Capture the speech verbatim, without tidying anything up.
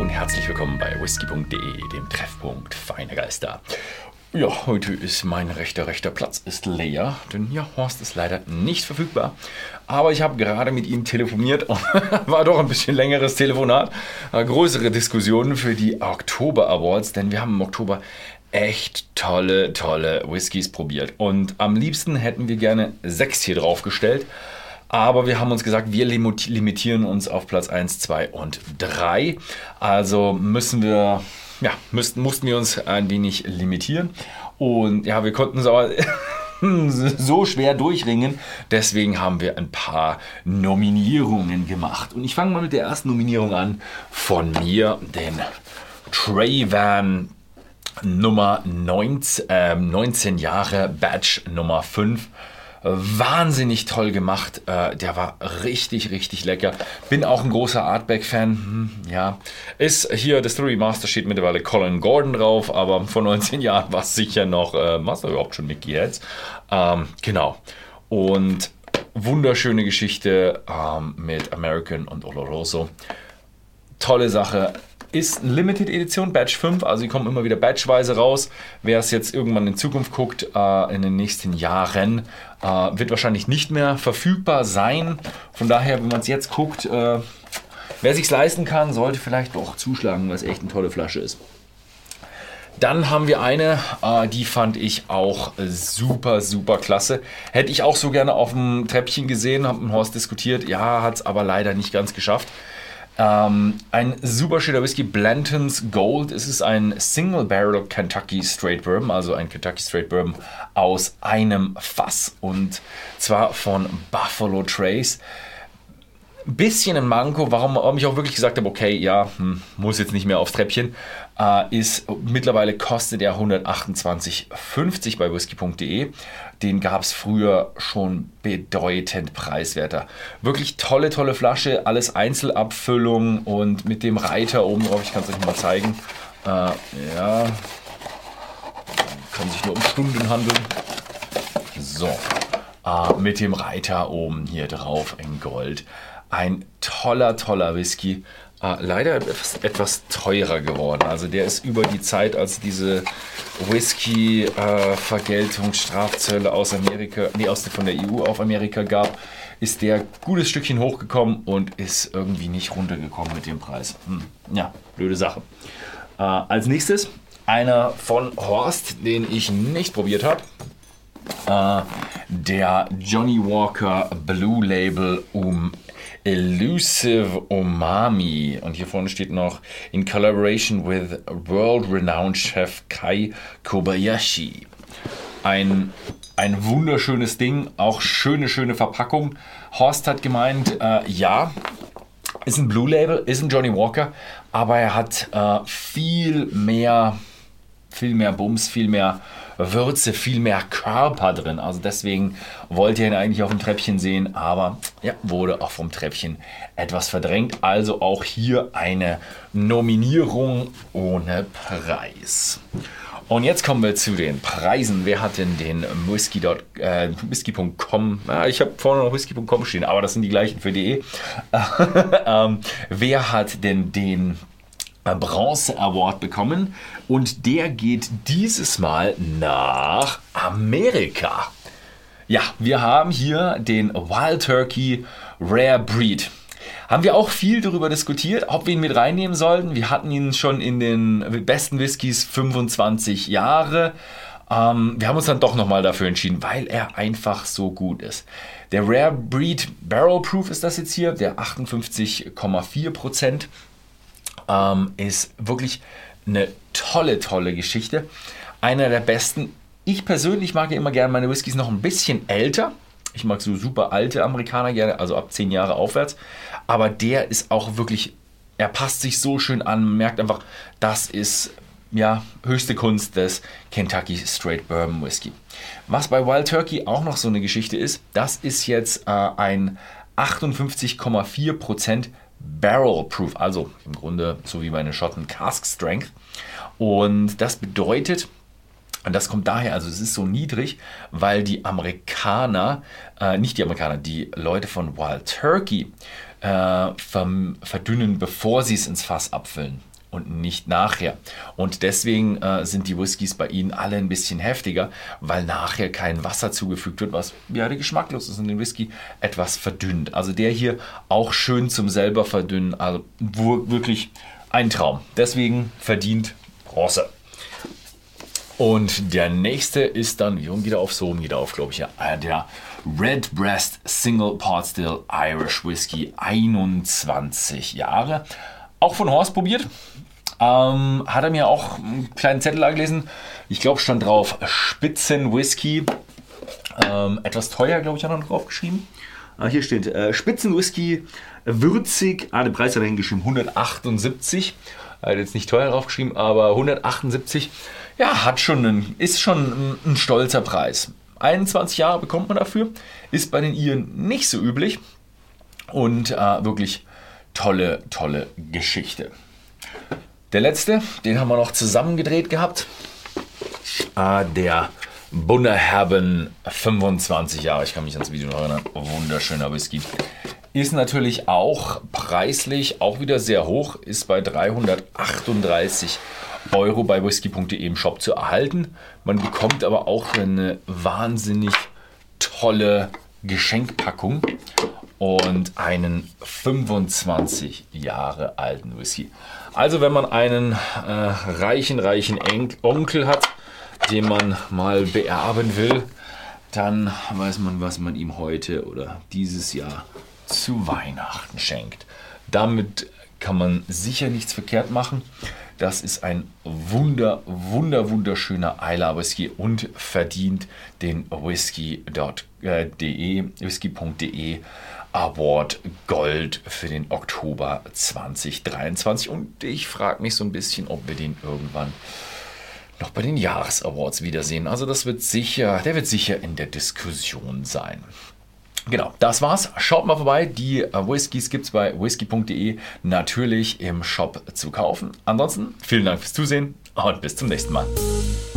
und herzlich willkommen bei whisky punkt de, dem Treffpunkt feiner Geister. Ja, heute ist mein rechter, rechter Platz ist leer, denn ja, Horst ist leider nicht verfügbar. Aber ich habe gerade mit ihm telefoniert und war doch ein bisschen längeres Telefonat. Größere Diskussionen für die Oktober Awards, denn wir haben im Oktober echt tolle, tolle Whiskys probiert. Und am liebsten hätten wir gerne sechs hier draufgestellt. Aber wir haben uns gesagt, wir limitieren uns auf Platz eins, zwei und drei. Also müssen wir, ja, müssten, mussten wir uns ein wenig limitieren. Und ja, wir konnten es aber so schwer durchringen. Deswegen haben wir ein paar Nominierungen gemacht. Und ich fange mal mit der ersten Nominierung an von mir, den Trevan Nummer neunzehn, äh, neunzehn Jahre, Batch Nummer fünf. Wahnsinnig toll gemacht. Äh, der war richtig, richtig lecker. Bin auch ein großer Artback-Fan. Hm, ja, ist hier Distillery Master, steht mittlerweile Colin Gordon drauf, aber vor neunzehn Jahren war es sicher noch, äh, was war überhaupt schon Mickey Heads. Ähm, genau. Und wunderschöne Geschichte ähm, mit American und Oloroso. Tolle Sache. Ist eine Limited Edition, Batch fünf, also die kommen immer wieder batchweise raus. Wer es jetzt irgendwann in Zukunft guckt, äh, in den nächsten Jahren, äh, wird wahrscheinlich nicht mehr verfügbar sein. Von daher, wenn man es jetzt guckt, äh, wer sich leisten kann, sollte vielleicht doch zuschlagen, weil es echt eine tolle Flasche ist. Dann haben wir eine, äh, die fand ich auch super, super klasse. Hätte ich auch so gerne auf dem Treppchen gesehen, habe mit Horst diskutiert, ja, hat es aber leider nicht ganz geschafft. Ähm, ein super schöner Whisky, Blanton's Gold. Es ist ein Single Barrel Kentucky Straight Bourbon, also ein Kentucky Straight Bourbon aus einem Fass, und zwar von Buffalo Trace. Bisschen ein Manko, warum, warum ich auch wirklich gesagt habe, okay, ja, hm, muss jetzt nicht mehr aufs Treppchen, äh, ist, mittlerweile kostet er hundertachtundzwanzig fünfzig bei whisky punkt de. Den gab es früher schon bedeutend preiswerter. Wirklich tolle, tolle Flasche, alles Einzelabfüllung und mit dem Reiter oben drauf, ich kann es euch mal zeigen. Äh, ja, kann sich nur um Stunden handeln. So, äh, mit dem Reiter oben hier drauf in Gold. Ein toller, toller Whisky. Äh, leider etwas, etwas teurer geworden. Also der ist über die Zeit, als diese Whisky-Vergeltungsstrafzölle äh, aus Amerika, nee, aus, von der E U auf Amerika gab, ist der gutes Stückchen hochgekommen und ist irgendwie nicht runtergekommen mit dem Preis. Hm, ja, blöde Sache. Äh, als nächstes einer von Horst, den ich nicht probiert habe. Uh, der Johnny Walker Blue Label um Elusive Umami, und hier vorne steht noch in collaboration with world-renowned Chef Kai Kobayashi. Ein, ein wunderschönes Ding, auch schöne, schöne Verpackung. Horst hat gemeint, äh, ja, ist ein Blue Label, ist ein Johnny Walker, aber er hat äh, viel mehr, viel mehr Bums, viel mehr Würze, viel mehr Körper drin. Also deswegen wollte er ihn eigentlich auf dem Treppchen sehen, aber ja, wurde auch vom Treppchen etwas verdrängt. Also auch hier eine Nominierung ohne Preis. Und jetzt kommen wir zu den Preisen. Wer hat denn den Whisky, äh, whisky punkt com? Ah, ich habe vorne noch whisky punkt com stehen, aber das sind die gleichen für de. ähm, wer hat denn den Bronze Award bekommen? Und der geht dieses Mal nach Amerika. Ja, wir haben hier den Wild Turkey Rare Breed. Haben wir auch viel darüber diskutiert, ob wir ihn mit reinnehmen sollten. Wir hatten ihn schon in den besten Whiskys fünfundzwanzig Jahre. Ähm, wir haben uns dann doch nochmal dafür entschieden, weil er einfach so gut ist. Der Rare Breed Barrel Proof ist das jetzt hier, der achtundfünfzig Komma vier Prozent. Ähm, ist wirklich eine tolle, tolle Geschichte. Einer der besten. Ich persönlich mag ja immer gerne meine Whiskys noch ein bisschen älter. Ich mag so super alte Amerikaner gerne, also ab zehn Jahre aufwärts. Aber der ist auch wirklich, er passt sich so schön an. Man merkt einfach, das ist ja höchste Kunst des Kentucky Straight Bourbon Whisky. Was bei Wild Turkey auch noch so eine Geschichte ist, das ist jetzt äh, ein achtundfünfzig Komma vier Prozent Barrel Proof, also im Grunde so wie meine Schotten Cask Strength. Und das bedeutet, und das kommt daher, also es ist so niedrig, weil die Amerikaner, äh, nicht die Amerikaner, die Leute von Wild Turkey äh, verdünnen, bevor sie es ins Fass abfüllen. und nicht nachher. Und deswegen äh, sind die Whiskys bei ihnen alle ein bisschen heftiger, weil nachher kein Wasser zugefügt wird, was ja geschmacklos ist und den Whisky etwas verdünnt. Also der hier auch schön zum selber verdünnen, also wirklich ein Traum. Deswegen verdient Bronze. Und der nächste ist dann, wie geht er auf, so geht er auf, glaube ich, ja, der Redbreast Single Pot Still Irish Whisky, einundzwanzig Jahre. Auch von Horst probiert. Ähm, hat er mir auch einen kleinen Zettel angelesen. Ich glaube, stand drauf Spitzen Whisky. Ähm, etwas teuer, glaube ich, hat er noch drauf geschrieben. Ah, hier steht äh, Spitzen Whisky, würzig. Ah, den Preis hat er hingeschrieben, hundertachtundsiebzig. Er hat jetzt nicht teuer drauf geschrieben, aber hundertachtundsiebzig. Ja, hat schon einen, ist schon ein, ein stolzer Preis. einundzwanzig Jahre bekommt man dafür. Ist bei den Iren nicht so üblich. Und äh, wirklich tolle, tolle Geschichte. Der letzte, den haben wir noch zusammengedreht gehabt. Äh, der Bunnahabhain, fünfundzwanzig Jahre. Ich kann mich ans Video noch erinnern. Wunderschöner Whisky. Ist natürlich auch preislich auch wieder sehr hoch. Ist bei dreihundertachtunddreißig Euro bei whisky punkt de im Shop zu erhalten. Man bekommt aber auch eine wahnsinnig tolle Geschenkpackung und einen fünfundzwanzig Jahre alten Whisky. Also wenn man einen äh, reichen, reichen Enk- Onkel hat, den man mal beerben will, dann weiß man, was man ihm heute oder dieses Jahr zu Weihnachten schenkt. Damit kann man sicher nichts verkehrt machen. Das ist ein wunder, wunder, wunderschöner Islay Whisky und verdient den whisky punkt de, whisky punkt de Award Gold für den Oktober zweitausenddreiundzwanzig. Und ich frage mich so ein bisschen, ob wir den irgendwann noch bei den Jahresawards wiedersehen. Also das wird sicher, der wird sicher in der Diskussion sein. Genau, das war's. Schaut mal vorbei. Die Whiskys gibt es bei whisky punkt de natürlich im Shop zu kaufen. Ansonsten vielen Dank fürs Zusehen und bis zum nächsten Mal.